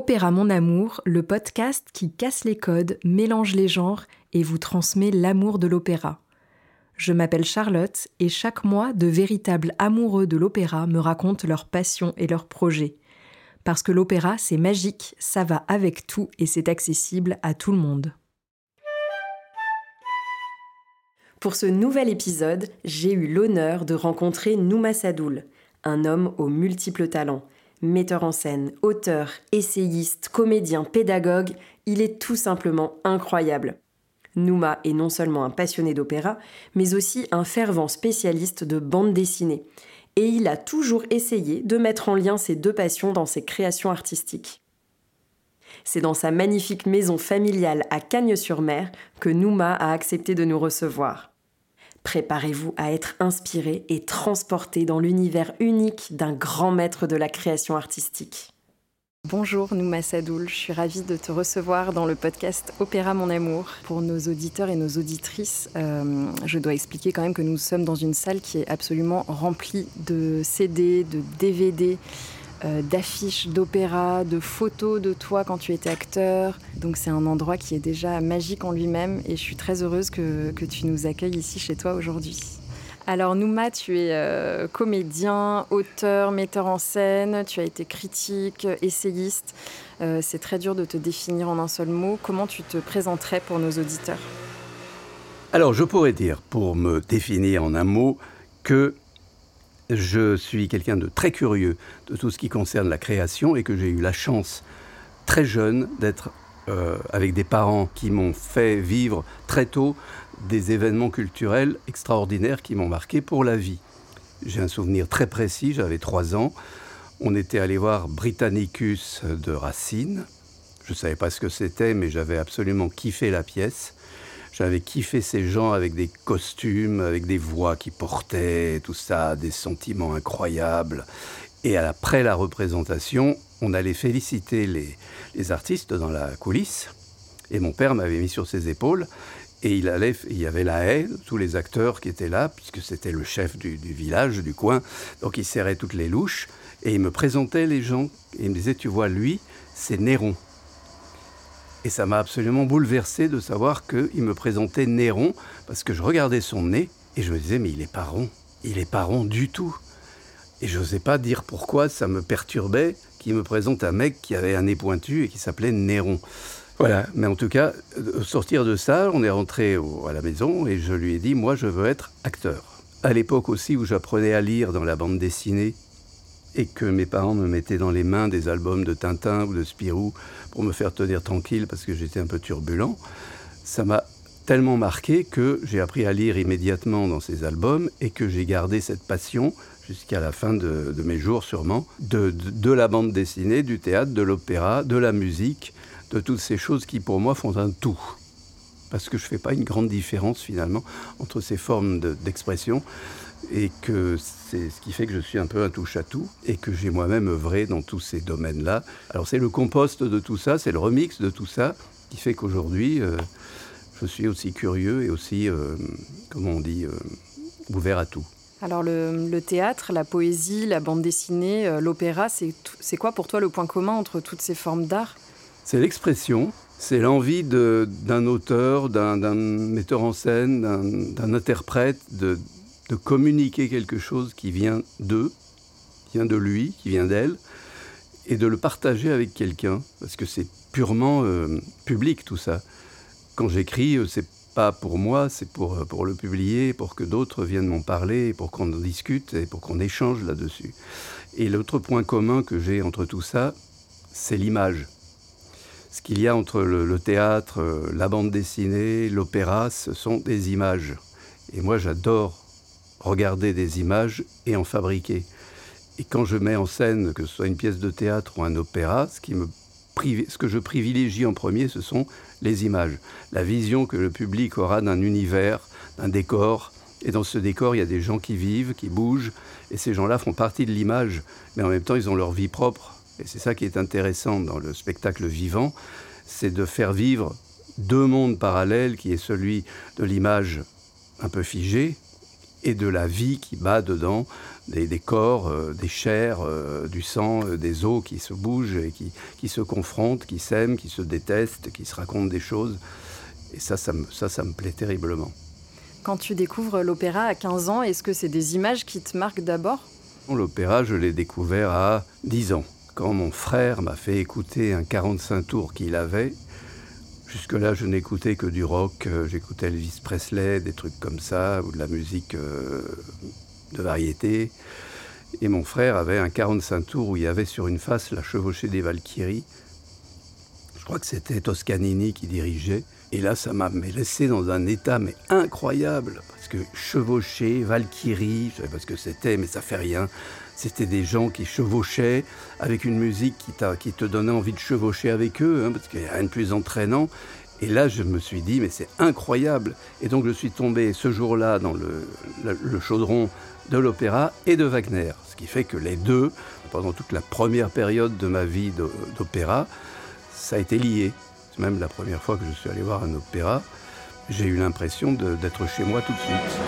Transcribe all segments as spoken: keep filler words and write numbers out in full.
Opéra Mon Amour, le podcast qui casse les codes, mélange les genres et vous transmet l'amour de l'opéra. Je m'appelle Charlotte et chaque mois, de véritables amoureux de l'opéra me racontent leurs passions et leurs projets. Parce que l'opéra, c'est magique, ça va avec tout et c'est accessible à tout le monde. Pour ce nouvel épisode, j'ai eu l'honneur de rencontrer Nouma Sadoul, un homme aux multiples talents. Metteur en scène, auteur, essayiste, comédien, pédagogue, il est tout simplement incroyable. Nouma est non seulement un passionné d'opéra, mais aussi un fervent spécialiste de bande dessinée. Et il a toujours essayé de mettre en lien ces deux passions dans ses créations artistiques. C'est dans sa magnifique maison familiale à Cagnes-sur-Mer que Nouma a accepté de nous recevoir. Préparez-vous à être inspiré et transporté dans l'univers unique d'un grand maître de la création artistique. Bonjour Nouma Sadoul, je suis ravie de te recevoir dans le podcast Opéra Mon Amour. Pour nos auditeurs et nos auditrices, euh, je dois expliquer quand même que nous sommes dans une salle qui est absolument remplie de C D, de D V D, euh, d'affiches d'opéra, de photos de toi quand tu étais acteur. Donc c'est un endroit qui est déjà magique en lui-même et je suis très heureuse que, que tu nous accueilles ici chez toi aujourd'hui. Alors Nouma, tu es euh, comédien, auteur, metteur en scène, tu as été critique, essayiste. Euh, c'est très dur de te définir en un seul mot. Comment tu te présenterais pour nos auditeurs ? Alors je pourrais dire, pour me définir en un mot, que je suis quelqu'un de très curieux de tout ce qui concerne la création et que j'ai eu la chance, très jeune, d'être euh, avec des parents qui m'ont fait vivre très tôt des événements culturels extraordinaires qui m'ont marqué pour la vie. J'ai un souvenir très précis, j'avais trois ans. On était allé voir Britannicus de Racine. Je ne savais pas ce que c'était, mais j'avais absolument kiffé la pièce. J'avais kiffé ces gens avec des costumes, avec des voix qui portaient, tout ça, des sentiments incroyables. Et après la représentation, on allait féliciter les, les artistes dans la coulisse. Et mon père m'avait mis sur ses épaules. Et il, allait, il y avait la haie, tous les acteurs qui étaient là, puisque c'était le chef du, du village, du coin. Donc il serrait toutes les louches. Et il me présentait les gens. Et il me disait, tu vois, lui, c'est Néron. Et ça m'a absolument bouleversé de savoir qu'il me présentait Néron, parce que je regardais son nez et je me disais, mais il n'est pas rond, il n'est pas rond du tout. Et je n'osais pas dire pourquoi, ça me perturbait qu'il me présente un mec qui avait un nez pointu et qui s'appelait Néron. Voilà, mais en tout cas, au sortir de ça, on est rentré au, à la maison et je lui ai dit, moi je veux être acteur. À l'époque aussi où j'apprenais à lire dans la bande dessinée, et que mes parents me mettaient dans les mains des albums de Tintin ou de Spirou pour me faire tenir tranquille parce que j'étais un peu turbulent, ça m'a tellement marqué que j'ai appris à lire immédiatement dans ces albums et que j'ai gardé cette passion jusqu'à la fin de, de mes jours sûrement, de, de, de la bande dessinée, du théâtre, de l'opéra, de la musique, de toutes ces choses qui pour moi font un tout. Parce que je ne fais pas une grande différence finalement entre ces formes de, d'expression et que c'est ce qui fait que je suis un peu un touche-à-tout et que j'ai moi-même œuvré dans tous ces domaines-là. Alors c'est le compost de tout ça, c'est le remix de tout ça qui fait qu'aujourd'hui, euh, je suis aussi curieux et aussi, euh, comment on dit, euh, ouvert à tout. Alors le, le théâtre, la poésie, la bande dessinée, euh, l'opéra, c'est, tout, c'est quoi pour toi le point commun entre toutes ces formes d'art ? C'est l'expression, c'est l'envie de, d'un auteur, d'un, d'un metteur en scène, d'un, d'un interprète, de de communiquer quelque chose qui vient d'eux, qui vient de lui, qui vient d'elle, et de le partager avec quelqu'un, parce que c'est purement euh, public tout ça. Quand j'écris, c'est pas pour moi, c'est pour, pour le publier, pour que d'autres viennent m'en parler, pour qu'on en discute et pour qu'on échange là-dessus. Et l'autre point commun que j'ai entre tout ça, c'est l'image. Ce qu'il y a entre le, le théâtre, la bande dessinée, l'opéra, ce sont des images. Et moi, j'adore regarder des images et en fabriquer. Et quand je mets en scène, que ce soit une pièce de théâtre ou un opéra, ce, qui me privi... ce que je privilégie en premier, ce sont les images. La vision que le public aura d'un univers, d'un décor. Et dans ce décor, il y a des gens qui vivent, qui bougent. Et ces gens-là font partie de l'image. Mais en même temps, ils ont leur vie propre. Et c'est ça qui est intéressant dans le spectacle vivant, c'est de faire vivre deux mondes parallèles, qui est celui de l'image un peu figée, et de la vie qui bat dedans, des, des corps, euh, des chairs, euh, du sang, euh, des os qui se bougent et qui, qui se confrontent, qui s'aiment, qui se détestent, qui se racontent des choses. Et ça, ça me, ça, ça me plaît terriblement. Quand tu découvres l'opéra à quinze ans, est-ce que c'est des images qui te marquent d'abord ? L'opéra, je l'ai découvert à dix ans, quand mon frère m'a fait écouter un quarante-cinq tours qu'il avait. Jusque-là, je n'écoutais que du rock, j'écoutais Elvis Presley, des trucs comme ça, ou de la musique euh, de variété. Et mon frère avait un quarante-cinq tours où il y avait sur une face la chevauchée des Valkyries. Je crois que c'était Toscanini qui dirigeait. Et là, ça m'a laissé dans un état mais incroyable, parce que chevaucher, Valkyrie, je ne savais pas ce que c'était, mais ça fait rien. C'était des gens qui chevauchaient avec une musique qui, qui te donnait envie de chevaucher avec eux, hein, parce qu'il n'y a rien de plus entraînant. Et là, je me suis dit, mais c'est incroyable. Et donc, je suis tombé ce jour-là dans le, le, le chaudron de l'opéra et de Wagner. Ce qui fait que les deux, pendant toute la première période de ma vie d'opéra, ça a été lié. C'est même la première fois que je suis allé voir un opéra, j'ai eu l'impression de, d'être chez moi tout de suite.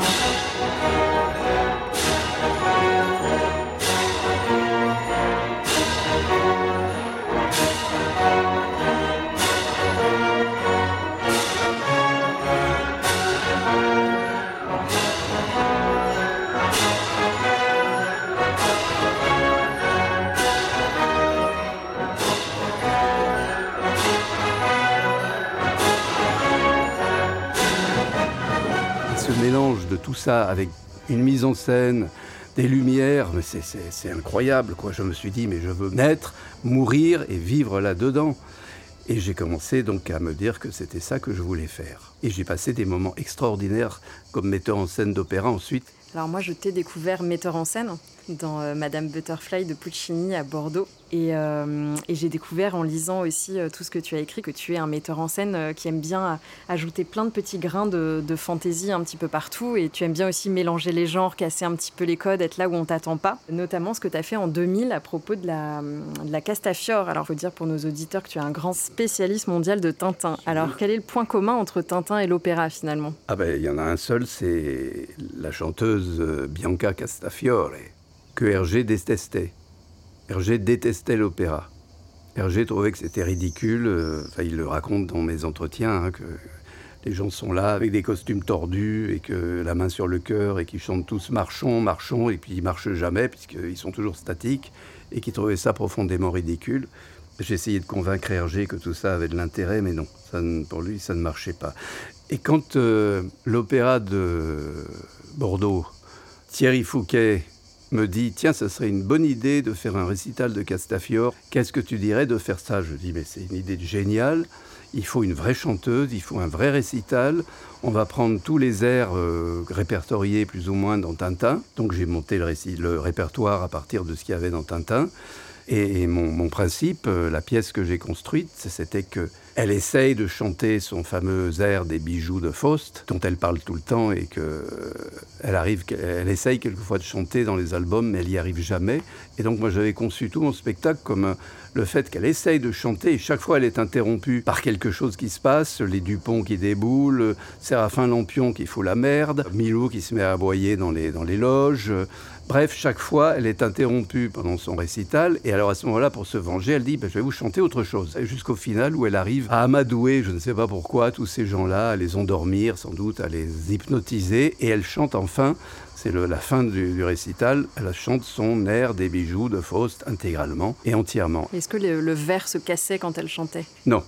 Mélange de tout ça avec une mise en scène, des lumières, mais c'est, c'est, c'est incroyable, quoi. Je me suis dit, mais je veux naître, mourir et vivre là-dedans. Et j'ai commencé donc à me dire que c'était ça que je voulais faire. Et j'ai passé des moments extraordinaires comme metteur en scène d'opéra ensuite. Alors moi, je t'ai découvert metteur en scène dans euh, Madame Butterfly de Puccini à Bordeaux. Et, euh, et j'ai découvert en lisant aussi euh, tout ce que tu as écrit que tu es un metteur en scène euh, qui aime bien euh, ajouter plein de petits grains de, de fantaisie un petit peu partout. Et tu aimes bien aussi mélanger les genres, casser un petit peu les codes, être là où on t'attend pas. Notamment ce que tu as fait en deux mille à propos de la, de la Castafiore. Alors il faut dire pour nos auditeurs que tu es un grand spécialiste mondial de Tintin. Alors quel est le point commun entre Tintin et l'opéra finalement ? Ah ben il y en a un seul, c'est la chanteuse Bianca Castafiore, que Hergé détestait. Hergé détestait l'opéra. Hergé trouvait que c'était ridicule. Euh, enfin, il le raconte dans mes entretiens, hein, que les gens sont là avec des costumes tordus et que la main sur le cœur et qu'ils chantent tous « marchons, marchons » et puis ils marchent jamais puisqu'ils sont toujours statiques et qu'ils trouvaient ça profondément ridicule. J'ai essayé de convaincre Hergé que tout ça avait de l'intérêt, mais non, ça, pour lui, ça ne marchait pas. Et quand euh, l'opéra de Bordeaux, Thierry Fouquet me dit « Tiens, ça serait une bonne idée de faire un récital de Castafiore. Qu'est-ce que tu dirais de faire ça ?» Je dis « Mais c'est une idée géniale. Il faut une vraie chanteuse, il faut un vrai récital. On va prendre tous les airs euh, répertoriés plus ou moins dans Tintin. » Donc j'ai monté le, récit, le répertoire à partir de ce qu'il y avait dans Tintin. Et, et mon, mon principe, euh, la pièce que j'ai construite, c'était que elle essaye de chanter son fameux air des bijoux de Faust, dont elle parle tout le temps et qu'elle euh, arrive, elle essaye quelquefois de chanter dans les albums, mais elle n'y arrive jamais. Et donc moi j'avais conçu tout mon spectacle comme un, le fait qu'elle essaye de chanter, et chaque fois elle est interrompue par quelque chose qui se passe, les Dupont qui déboulent, Séraphin Lampion qui fout la merde, Milou qui se met à aboyer dans les, dans les loges. Bref, chaque fois, elle est interrompue pendant son récital. Et alors, à ce moment-là, pour se venger, elle dit bah, « Je vais vous chanter autre chose. » Jusqu'au final, où elle arrive à amadouer, je ne sais pas pourquoi, tous ces gens-là, à les endormir, sans doute, à les hypnotiser. Et elle chante enfin, c'est le, la fin du, du récital, elle chante son air des bijoux de Faust intégralement et entièrement. Est-ce que le, le verre se cassait quand elle chantait ? Non.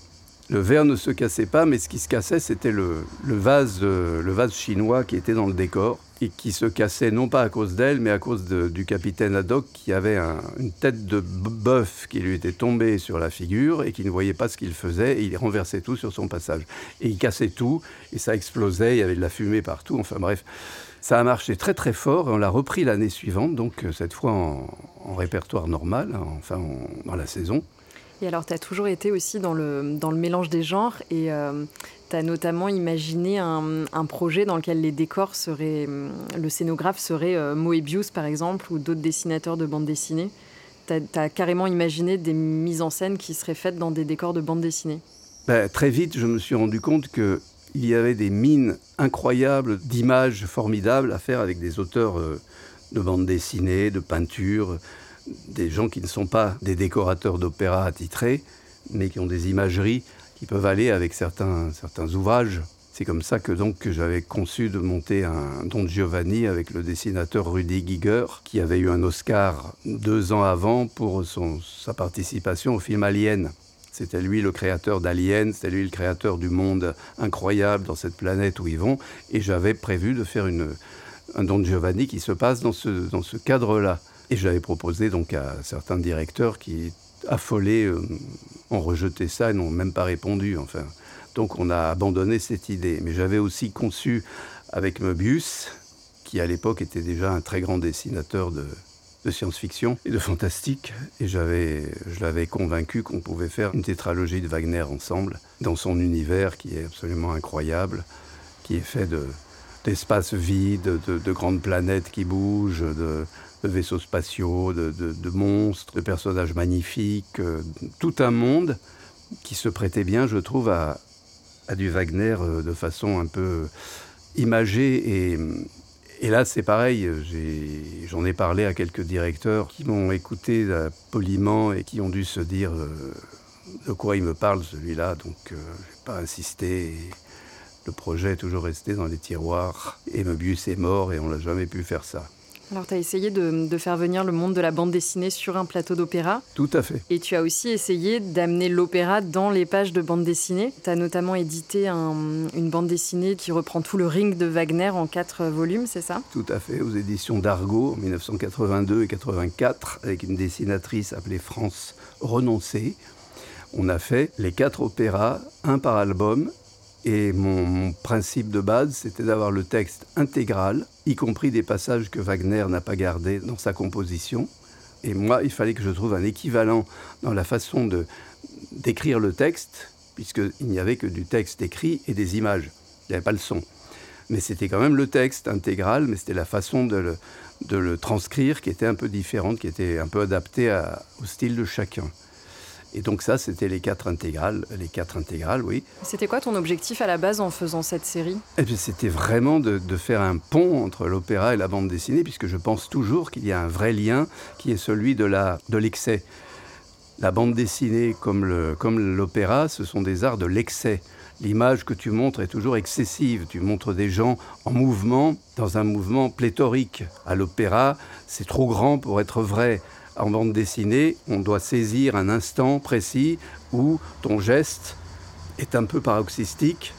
Le verre ne se cassait pas, mais ce qui se cassait, c'était le, le, vase, euh, le vase chinois qui était dans le décor et qui se cassait non pas à cause d'elle, mais à cause de, du capitaine Haddock qui avait un, une tête de bœuf qui lui était tombée sur la figure et qui ne voyait pas ce qu'il faisait et il renversait tout sur son passage. Et il cassait tout et ça explosait, il y avait de la fumée partout, enfin bref. Ça a marché très très fort et on l'a repris l'année suivante, donc cette fois en, en répertoire normal, enfin en, dans la saison. Et alors, tu as toujours été aussi dans le, dans le mélange des genres et euh, tu as notamment imaginé un, un projet dans lequel les décors seraient... Le scénographe serait euh, Moebius, par exemple, ou d'autres dessinateurs de bande dessinée. Tu as carrément imaginé des mises en scène qui seraient faites dans des décors de bande dessinée. Ben, très vite, je me suis rendu compte que il y avait des mines incroyables d'images formidables à faire avec des auteurs euh, de bande dessinée, de peinture, des gens qui ne sont pas des décorateurs d'opéra attitrés, mais qui ont des imageries qui peuvent aller avec certains, certains ouvrages. C'est comme ça que, donc, que j'avais conçu de monter un Don Giovanni avec le dessinateur Rudy Giger, qui avait eu un Oscar deux ans avant pour son, sa participation au film Alien. C'était lui le créateur d'Alien, c'était lui le créateur du monde incroyable dans cette planète où ils vont. Et j'avais prévu de faire une, un Don Giovanni qui se passe dans ce, dans ce cadre-là. Et je l'avais proposé donc à certains directeurs qui, affolés, euh, ont rejeté ça et n'ont même pas répondu, enfin. Donc on a abandonné cette idée. Mais j'avais aussi conçu avec Möbius, qui à l'époque était déjà un très grand dessinateur de, de science-fiction et de fantastique. Et j'avais, je l'avais convaincu qu'on pouvait faire une tétralogie de Wagner ensemble, dans son univers qui est absolument incroyable, qui est fait de, d'espaces vides, de, de grandes planètes qui bougent, de, de vaisseaux spatiaux, de, de, de monstres, de personnages magnifiques, euh, tout un monde qui se prêtait bien, je trouve, à à du Wagner euh, de façon un peu imagée. Et, et là, c'est pareil, j'ai, j'en ai parlé à quelques directeurs qui m'ont écouté euh, poliment et qui ont dû se dire euh, de quoi il me parle, celui-là. Donc, euh, je n'ai pas insisté. Et le projet est toujours resté dans les tiroirs. Et Möbius est mort et on n'a jamais pu faire ça. Alors, tu as essayé de, de faire venir le monde de la bande dessinée sur un plateau d'opéra. Tout à fait. Et tu as aussi essayé d'amener l'opéra dans les pages de bande dessinée. Tu as notamment édité un, une bande dessinée qui reprend tout le Ring de Wagner en quatre volumes, c'est ça ? Tout à fait, aux éditions d'Argo, en dix-neuf cent quatre-vingt-deux et quatre-vingt-quatre, avec une dessinatrice appelée France Renoncé. On a fait les quatre opéras, un par album. Et mon, mon principe de base, c'était d'avoir le texte intégral, y compris des passages que Wagner n'a pas gardés dans sa composition. Et moi, il fallait que je trouve un équivalent dans la façon de, d'écrire le texte, puisqu'il n'y avait que du texte écrit et des images. Il n'y avait pas le son. Mais c'était quand même le texte intégral, mais c'était la façon de le, de le transcrire qui était un peu différente, qui était un peu adaptée à, au style de chacun. Et donc ça, c'était les quatre intégrales, les quatre intégrales, oui. C'était quoi ton objectif à la base en faisant cette série ? Et puis c'était vraiment de, de faire un pont entre l'opéra et la bande dessinée, puisque je pense toujours qu'il y a un vrai lien qui est celui de, la, de l'excès. La bande dessinée, comme, le, comme l'opéra, ce sont des arts de l'excès. L'image que tu montres est toujours excessive. Tu montres des gens en mouvement, dans un mouvement pléthorique. À l'opéra, c'est trop grand pour être vrai. En bande dessinée, on doit saisir un instant précis où ton geste est un peu paroxystique,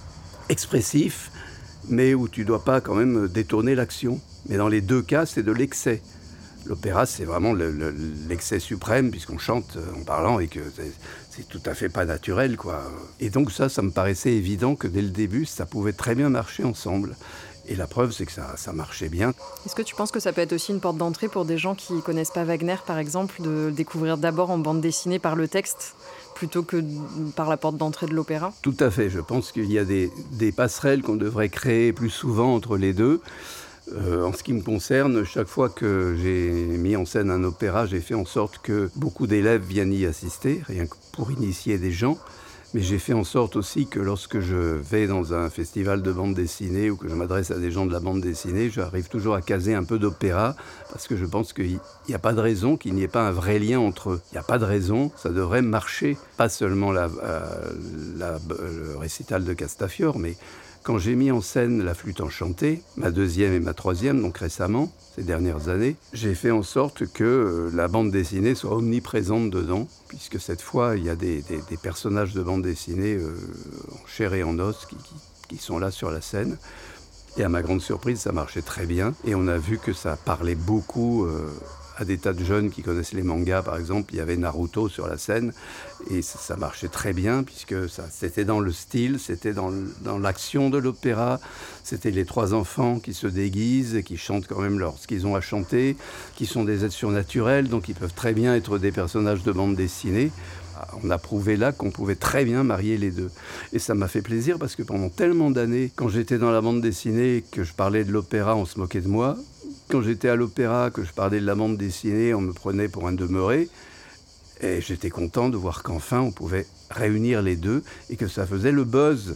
expressif, mais où tu ne dois pas quand même détourner l'action. Mais dans les deux cas, c'est de l'excès. L'opéra, c'est vraiment le, le, l'excès suprême, puisqu'on chante en parlant et que c'est, c'est tout à fait pas naturel, quoi. Et donc ça, ça me paraissait évident que dès le début, ça pouvait très bien marcher ensemble. Et la preuve, c'est que ça, ça marchait bien. Est-ce que tu penses que ça peut être aussi une porte d'entrée pour des gens qui ne connaissent pas Wagner, par exemple, de découvrir d'abord en bande dessinée par le texte, plutôt que par la porte d'entrée de l'opéra ? Tout à fait. Je pense qu'il y a des, des passerelles qu'on devrait créer plus souvent entre les deux. Euh, en ce qui me concerne, chaque fois que j'ai mis en scène un opéra, j'ai fait en sorte que beaucoup d'élèves viennent y assister, rien que pour initier des gens. Mais j'ai fait en sorte aussi que lorsque je vais dans un festival de bande dessinée ou que je m'adresse à des gens de la bande dessinée, j'arrive toujours à caser un peu d'opéra parce que je pense qu'il n'y a pas de raison qu'il n'y ait pas un vrai lien entre eux. Il n'y a pas de raison, ça devrait marcher. Pas seulement la, euh, la, le récital de Castafiore, mais quand j'ai mis en scène La Flûte enchantée, ma deuxième et ma troisième, donc récemment, ces dernières années, j'ai fait en sorte que la bande dessinée soit omniprésente dedans, puisque cette fois, il y a des, des, des personnages de bande dessinée euh, en chair et en os qui, qui, qui sont là sur la scène. Et à ma grande surprise, ça marchait très bien. Et on a vu que ça parlait beaucoup euh, à des tas de jeunes qui connaissent les mangas, par exemple. Il y avait Naruto sur la scène. Et ça, ça marchait très bien, puisque ça, c'était dans le style, c'était dans, dans l'action de l'opéra. C'était les trois enfants qui se déguisent et qui chantent quand même leur, ce qu'ils ont à chanter, qui sont des êtres surnaturels, donc ils peuvent très bien être des personnages de bande dessinée. On a prouvé là qu'on pouvait très bien marier les deux. Et ça m'a fait plaisir parce que pendant tellement d'années, quand j'étais dans la bande dessinée, que je parlais de l'opéra, on se moquait de moi. Quand j'étais à l'opéra, que je parlais de la bande dessinée, on me prenait pour un demeuré. Et j'étais content de voir qu'enfin, on pouvait réunir les deux et que ça faisait le buzz.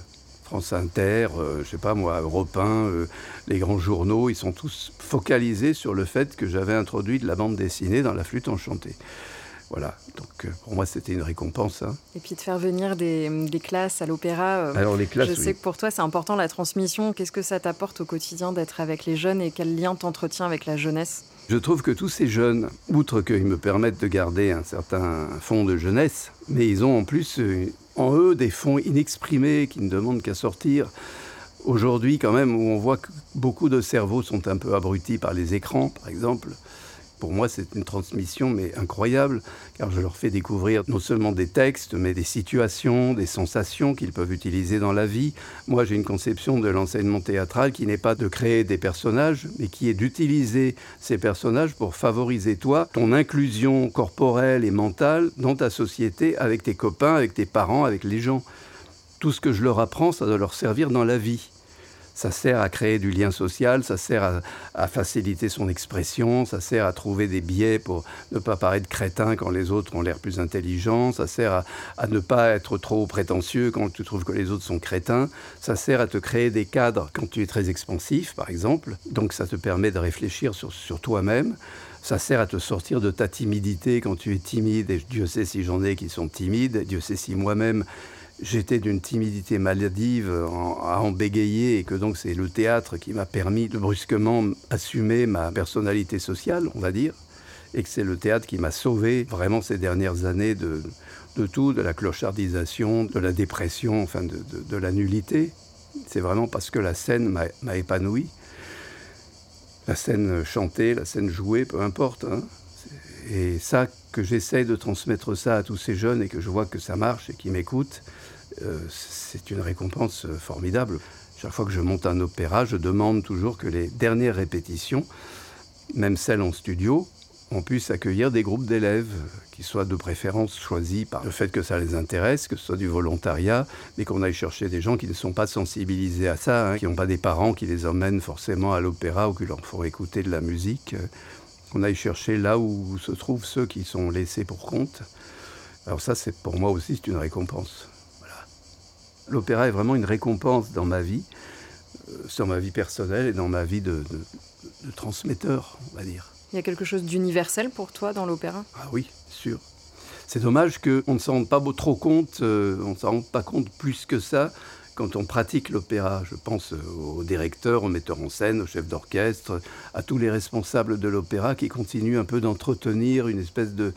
France Inter, euh, je sais pas moi, Europe un, euh, les grands journaux, ils sont tous focalisés sur le fait que j'avais introduit de la bande dessinée dans la flûte enchantée. Voilà, donc euh, pour moi c'était une récompense. Hein. Et puis de faire venir des, des classes à l'opéra, euh, Alors les classes, je oui. sais que pour toi c'est important la transmission. Qu'est-ce que ça t'apporte au quotidien d'être avec les jeunes et quel lien t'entretiens avec la jeunesse ? Je trouve que tous ces jeunes, outre qu'ils me permettent de garder un certain fond de jeunesse, mais ils ont en plus euh, en eux des fonds inexprimés qui ne demandent qu'à sortir. Aujourd'hui quand même, où on voit que beaucoup de cerveaux sont un peu abrutis par les écrans, par exemple, pour moi, c'est une transmission mais incroyable, car je leur fais découvrir non seulement des textes, mais des situations, des sensations qu'ils peuvent utiliser dans la vie. Moi, j'ai une conception de l'enseignement théâtral qui n'est pas de créer des personnages, mais qui est d'utiliser ces personnages pour favoriser, toi, ton inclusion corporelle et mentale dans ta société, avec tes copains, avec tes parents, avec les gens. Tout ce que je leur apprends, ça doit leur servir dans la vie. Ça sert à créer du lien social, ça sert à, à faciliter son expression, ça sert à trouver des biais pour ne pas paraître crétin quand les autres ont l'air plus intelligents, ça sert à, à ne pas être trop prétentieux quand tu trouves que les autres sont crétins, ça sert à te créer des cadres quand tu es très expansif, par exemple. Donc ça te permet de réfléchir sur, sur toi-même. Ça sert à te sortir de ta timidité quand tu es timide, et Dieu sait si j'en ai qui sont timides, Dieu sait si moi-même j'étais d'une timidité maladive en, à en bégayer, et que donc c'est le théâtre qui m'a permis de brusquement assumer ma personnalité sociale, on va dire, et que c'est le théâtre qui m'a sauvé vraiment ces dernières années de, de tout, de la clochardisation, de la dépression, enfin de, de, de la nullité. C'est vraiment parce que la scène m'a, m'a épanoui. La scène chantée, la scène jouée, peu importe. Hein. Et ça, que j'essaye de transmettre ça à tous ces jeunes et que je vois que ça marche et qu'ils m'écoutent, euh, c'est une récompense formidable. Chaque fois que je monte un opéra, je demande toujours que les dernières répétitions, même celles en studio, on puisse accueillir des groupes d'élèves qui soient de préférence choisis par le fait que ça les intéresse, que ce soit du volontariat, mais qu'on aille chercher des gens qui ne sont pas sensibilisés à ça, hein, qui n'ont pas des parents qui les emmènent forcément à l'opéra ou qui leur font écouter de la musique. Qu'on aille chercher là où se trouvent ceux qui sont laissés pour compte. Alors ça, c'est pour moi aussi, c'est une récompense. Voilà. L'opéra est vraiment une récompense dans ma vie, euh, sur ma vie personnelle et dans ma vie de, de, de transmetteur, on va dire. Il y a quelque chose d'universel pour toi dans l'opéra ? Ah oui, sûr. C'est dommage qu'on ne s'en rende pas trop compte, euh, on ne s'en rende pas compte plus que ça, quand on pratique l'opéra. Je pense aux directeurs, aux metteurs en scène, aux chefs d'orchestre, à tous les responsables de l'opéra qui continuent un peu d'entretenir une espèce de,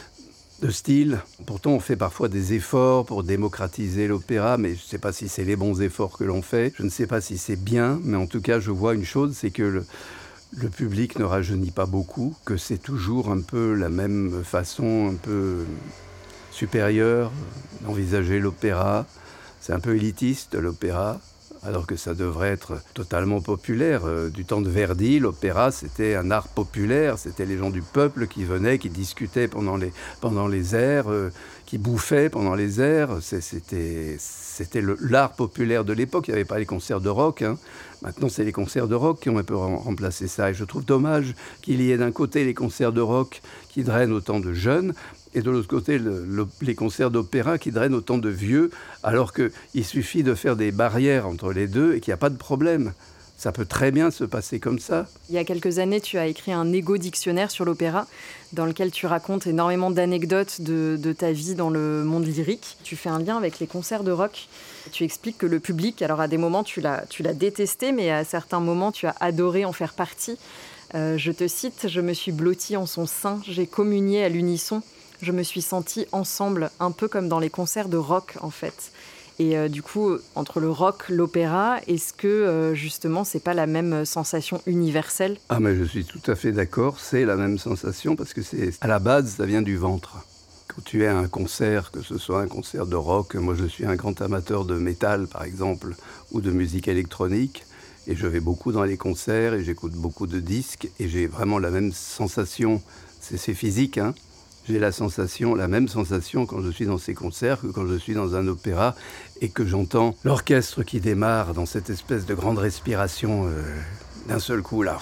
de style. Pourtant, on fait parfois des efforts pour démocratiser l'opéra, mais je ne sais pas si c'est les bons efforts que l'on fait. Je ne sais pas si c'est bien, mais en tout cas, je vois une chose, c'est que le, le public ne rajeunit pas beaucoup, que c'est toujours un peu la même façon, un peu supérieure d'envisager l'opéra. C'est un peu élitiste, l'opéra, alors que ça devrait être totalement populaire. Euh, du temps de Verdi, l'opéra, c'était un art populaire. C'était les gens du peuple qui venaient, qui discutaient pendant les, pendant les airs, euh, qui bouffaient pendant les airs. C'est, c'était c'était le, l'art populaire de l'époque. Il n'y avait pas les concerts de rock. Hein. Maintenant, c'est les concerts de rock qui ont un peu remplacé ça. Et je trouve dommage qu'il y ait d'un côté les concerts de rock qui drainent autant de jeunes, et de l'autre côté, le, le, les concerts d'opéra qui drainent autant de vieux, alors qu'il suffit de faire des barrières entre les deux et qu'il n'y a pas de problème. Ça peut très bien se passer comme ça. Il y a quelques années, tu as écrit un égo-dictionnaire sur l'opéra, dans lequel tu racontes énormément d'anecdotes de, de ta vie dans le monde lyrique. Tu fais un lien avec les concerts de rock. Tu expliques que le public, alors à des moments, tu l'as, tu l'as détesté, mais à certains moments, tu as adoré en faire partie. Euh, je te cite, « Je me suis blottie en son sein, j'ai communié à l'unisson. Je me suis sentie ensemble, un peu comme dans les concerts de rock, en fait. » Et euh, du coup, entre le rock, l'opéra, est-ce que, euh, justement, c'est pas la même sensation universelle ? Ah, mais je suis tout à fait d'accord, c'est la même sensation, parce que c'est, à la base, ça vient du ventre. Quand tu es à un concert, que ce soit un concert de rock, moi je suis un grand amateur de métal, par exemple, ou de musique électronique, et je vais beaucoup dans les concerts, et j'écoute beaucoup de disques, et j'ai vraiment la même sensation, c'est, c'est physique, hein. J'ai la sensation, la même sensation quand je suis dans ces concerts que quand je suis dans un opéra et que j'entends l'orchestre qui démarre dans cette espèce de grande respiration euh, d'un seul coup, là,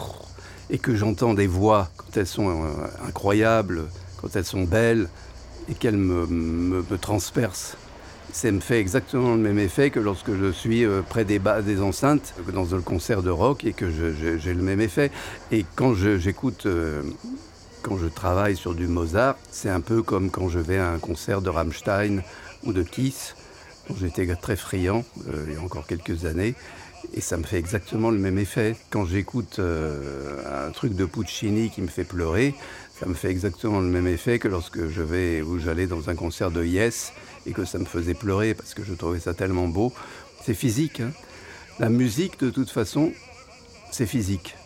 et que j'entends des voix quand elles sont euh, incroyables, quand elles sont belles et qu'elles me, me, me transpercent. ça me fait exactement le même effet que lorsque je suis euh, près des, bas, des enceintes, dans le concert de rock, et que je, je, j'ai le même effet. Et quand je, j'écoute, euh, quand je travaille sur du Mozart, c'est un peu comme quand je vais à un concert de Rammstein ou de Kiss, dont j'étais très friand euh, il y a encore quelques années. Et ça me fait exactement le même effet. Quand j'écoute euh, un truc de Puccini qui me fait pleurer, ça me fait exactement le même effet que lorsque je vais ou j'allais dans un concert de Yes et que ça me faisait pleurer parce que je trouvais ça tellement beau. C'est physique, hein. La musique, de toute façon, c'est physique.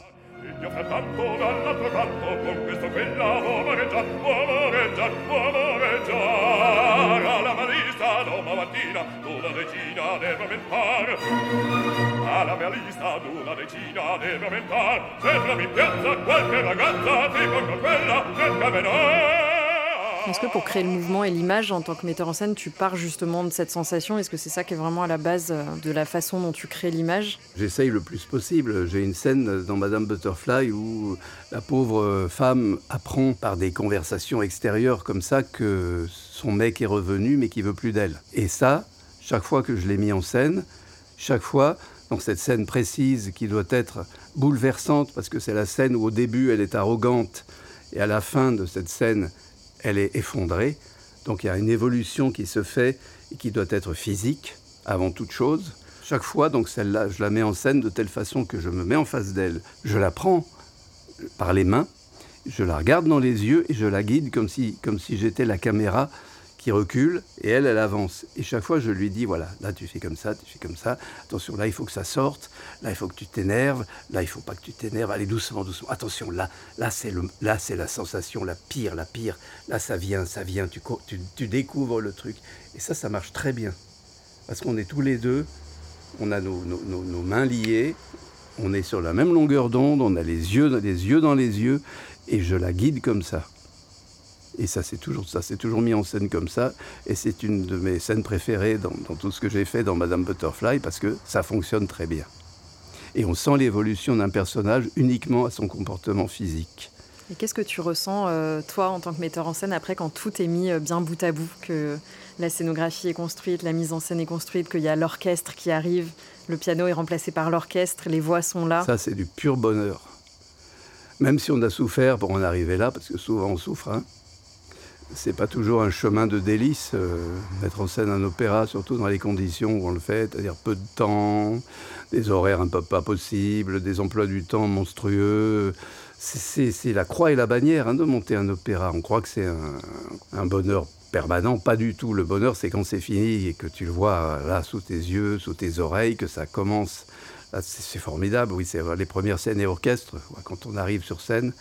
Alla mia lista d'una decina deve aumentar. Se trovi in piazza qualche ragazza, ti pongo quella nel camminare. Est-ce que pour créer le mouvement et l'image, en tant que metteur en scène, tu pars justement de cette sensation ? Est-ce que c'est ça qui est vraiment à la base de la façon dont tu crées l'image ? J'essaye le plus possible. J'ai une scène dans Madame Butterfly où la pauvre femme apprend par des conversations extérieures comme ça que son mec est revenu mais qu'il veut plus d'elle. Et ça, chaque fois que je l'ai mis en scène, chaque fois, dans cette scène précise qui doit être bouleversante parce que c'est la scène où au début elle est arrogante et à la fin de cette scène, elle est effondrée. Donc il y a une évolution qui se fait et qui doit être physique avant toute chose. Chaque fois, donc celle-là, je la mets en scène de telle façon que je me mets en face d'elle. Je la prends par les mains, je la regarde dans les yeux et je la guide comme si, comme si j'étais la caméra qui recule et elle, elle avance. Et chaque fois, je lui dis, voilà, là, tu fais comme ça, tu fais comme ça. Attention, là, il faut que ça sorte. Là, il faut que tu t'énerves. Là, il faut pas que tu t'énerves. Allez, doucement, doucement. Attention, là, là, c'est le, là, c'est la sensation la pire, la pire. Là, ça vient, ça vient. Tu, tu, tu découvres le truc. Et ça, ça marche très bien. Parce qu'on est tous les deux, on a nos, nos, nos, nos mains liées, on est sur la même longueur d'onde, on a les yeux, les yeux dans les yeux, et je la guide comme ça. Et ça, c'est toujours ça, c'est toujours mis en scène comme ça. Et c'est une de mes scènes préférées dans, dans tout ce que j'ai fait dans Madame Butterfly, parce que ça fonctionne très bien. Et on sent l'évolution d'un personnage uniquement à son comportement physique. Et qu'est-ce que tu ressens, euh, toi, en tant que metteur en scène, après, quand tout est mis euh, bien bout à bout, que la scénographie est construite, la mise en scène est construite, qu'il y a l'orchestre qui arrive, le piano est remplacé par l'orchestre, les voix sont là. Ça, c'est du pur bonheur. Même si on a souffert pour en arriver là, parce que souvent on souffre, hein. C'est pas toujours un chemin de délices, euh, mettre en scène un opéra, surtout dans les conditions où on le fait, c'est-à-dire peu de temps, des horaires un peu pas possibles, des emplois du temps monstrueux. C'est, c'est, c'est la croix et la bannière, hein, de monter un opéra. On croit que c'est un, un bonheur permanent, pas du tout. Le bonheur, c'est quand c'est fini et que tu le vois là sous tes yeux, sous tes oreilles, que ça commence. Là, c'est, c'est formidable, oui, c'est les premières scènes et orchestres, quand on arrive sur scène.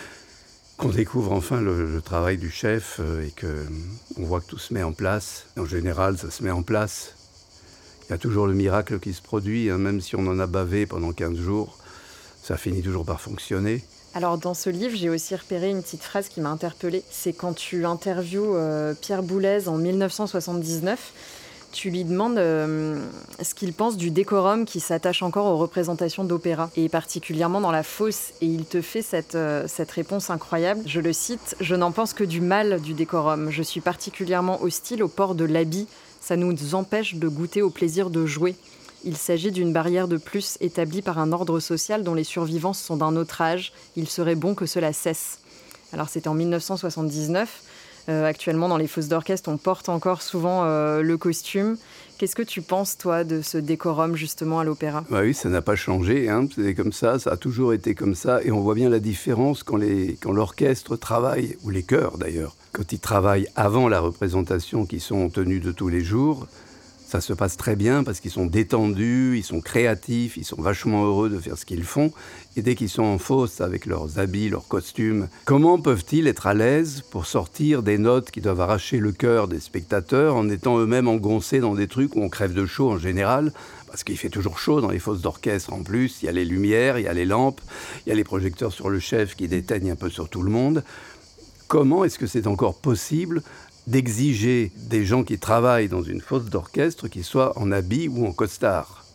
Qu'on découvre enfin le, le travail du chef euh, et qu'on voit que tout se met en place. En général, ça se met en place. Il y a toujours le miracle qui se produit, hein, même si on en a bavé pendant quinze jours, ça finit toujours par fonctionner. Alors, dans ce livre, j'ai aussi repéré une petite phrase qui m'a interpellée. C'est quand tu interviews euh, Pierre Boulez en dix-neuf cent soixante-dix-neuf. Tu lui demandes euh, ce qu'il pense du décorum qui s'attache encore aux représentations d'opéra, et particulièrement dans La Fosse. Et il te fait cette, euh, cette réponse incroyable. Je le cite « Je n'en pense que du mal du décorum. Je suis particulièrement hostile au port de l'habit. Ça nous empêche de goûter au plaisir de jouer. Il s'agit d'une barrière de plus établie par un ordre social dont les survivants sont d'un autre âge. Il serait bon que cela cesse. » Alors c'était en dix-neuf cent soixante-dix-neuf. Euh, actuellement, dans les fosses d'orchestre, on porte encore souvent euh, le costume. Qu'est-ce que tu penses, toi, de ce décorum, justement, à l'opéra ? Bah oui, ça n'a pas changé, hein. C'est comme ça, ça a toujours été comme ça. Et on voit bien la différence quand, les, quand l'orchestre travaille, ou les chœurs d'ailleurs, quand ils travaillent avant la représentation, qui sont tenus de tous les jours. Ça se passe très bien parce qu'ils sont détendus, ils sont créatifs, ils sont vachement heureux de faire ce qu'ils font. Et dès qu'ils sont en fosse avec leurs habits, leurs costumes, comment peuvent-ils être à l'aise pour sortir des notes qui doivent arracher le cœur des spectateurs en étant eux-mêmes engoncés dans des trucs où on crève de chaud en général ? Parce qu'il fait toujours chaud dans les fosses d'orchestre en plus. Il y a les lumières, il y a les lampes, il y a les projecteurs sur le chef qui déteignent un peu sur tout le monde. Comment est-ce que c'est encore possible d'exiger des gens qui travaillent dans une fosse d'orchestre qu'ils soient en habit ou en costard?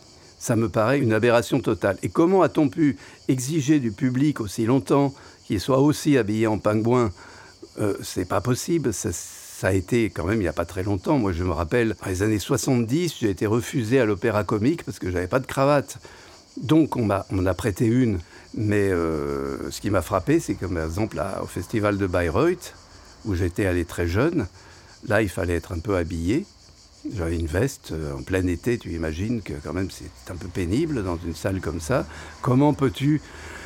Ça me paraît une aberration totale. Et comment a-t-on pu exiger du public aussi longtemps qu'il soit aussi habillé en pingouin ? euh, C'est pas possible, ça ça a été quand même il n'y a pas très longtemps. Moi, je me rappelle, dans les années soixante-dix, j'ai été refusé à l'Opéra Comique parce que je n'avais pas de cravate. Donc, on m'a, on m'en a prêté une. Mais euh, ce qui m'a frappé, c'est que, par exemple, là, au festival de Bayreuth, où j'étais allé très jeune, là, il fallait être un peu habillé. J'avais une veste en plein été, tu imagines que quand même c'est un peu pénible dans une salle comme ça. Comment peux-tu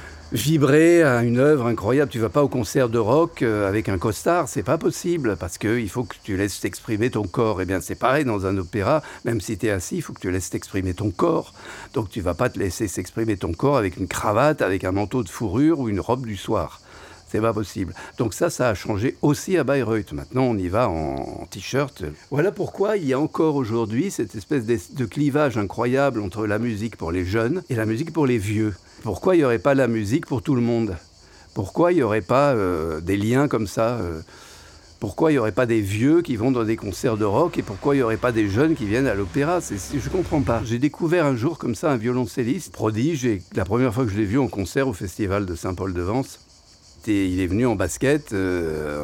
vibrer à une œuvre incroyable? Tu ne vas pas au concert de rock avec un costard, c'est pas possible, parce qu'il faut que tu laisses t'exprimer ton corps. Eh bien c'est pareil dans un opéra, même si tu es assis, il faut que tu laisses t'exprimer ton corps. Donc tu ne vas pas te laisser s'exprimer ton corps avec une cravate, avec un manteau de fourrure ou une robe du soir. C'est pas possible. Donc ça, ça a changé aussi à Bayreuth. Maintenant, on y va en, en t-shirt. Voilà pourquoi il y a encore aujourd'hui cette espèce de, de clivage incroyable entre la musique pour les jeunes et la musique pour les vieux. Pourquoi il n'y aurait pas la musique pour tout le monde? Pourquoi il n'y aurait pas euh, des liens comme ça euh, Pourquoi il n'y aurait pas des vieux qui vont dans des concerts de rock et pourquoi il n'y aurait pas des jeunes qui viennent à l'opéra? c'est, c'est, Je ne comprends pas. J'ai découvert un jour comme ça un violoncelliste prodige et la première fois que je l'ai vu en concert au festival de Saint-Paul-de-Vence, il est venu en basket, euh,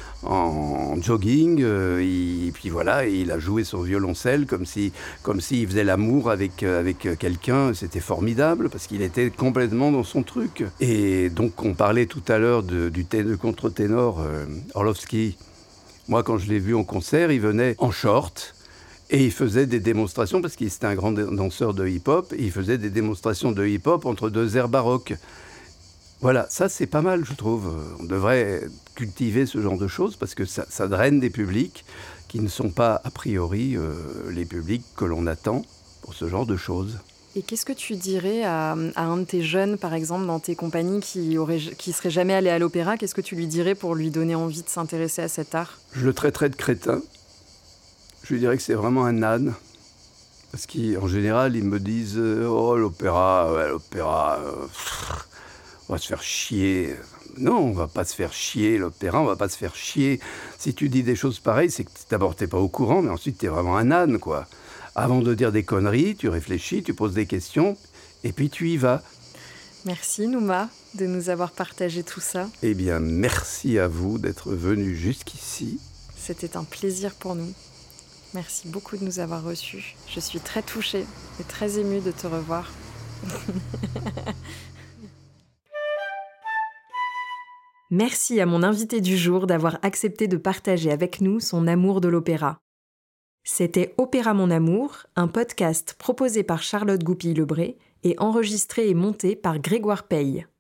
en jogging, euh, et puis voilà, et il a joué son violoncelle comme si, comme s'il faisait l'amour avec, avec quelqu'un. C'était formidable parce qu'il était complètement dans son truc. Et donc on parlait tout à l'heure de, du de contre-ténor euh, Orlowski. Moi, quand je l'ai vu en concert, il venait en short. Et il faisait des démonstrations, parce qu'il était un grand danseur de hip-hop, et il faisait des démonstrations de hip-hop entre deux airs baroques. Voilà, ça c'est pas mal, je trouve. On devrait cultiver ce genre de choses parce que ça, ça draine des publics qui ne sont pas, a priori, euh, les publics que l'on attend pour ce genre de choses. Et qu'est-ce que tu dirais à, à un de tes jeunes, par exemple, dans tes compagnies, qui aurait, qui serait jamais allé à l'opéra? Qu'est-ce que tu lui dirais pour lui donner envie de s'intéresser à cet art? Je le traiterais de crétin. Je lui dirais que c'est vraiment un âne. Parce qu'en général, ils me disent euh, « Oh, l'opéra, ouais, l'opéra... Euh, pff, on va se faire chier. » Non, on va pas se faire chier, l'opéra, on va pas se faire chier. Si tu dis des choses pareilles, c'est que d'abord t'es pas au courant, mais ensuite t'es vraiment un âne, quoi. Avant de dire des conneries, tu réfléchis, tu poses des questions, et puis tu y vas. Merci Nouma de nous avoir partagé tout ça. Eh bien, merci à vous d'être venus jusqu'ici. C'était un plaisir pour nous. Merci beaucoup de nous avoir reçus. Je suis très touchée et très émue de te revoir. Merci à mon invité du jour d'avoir accepté de partager avec nous son amour de l'opéra. C'était Opéra Mon Amour, un podcast proposé par Charlotte Goupil-Lebré et enregistré et monté par Grégoire Paye.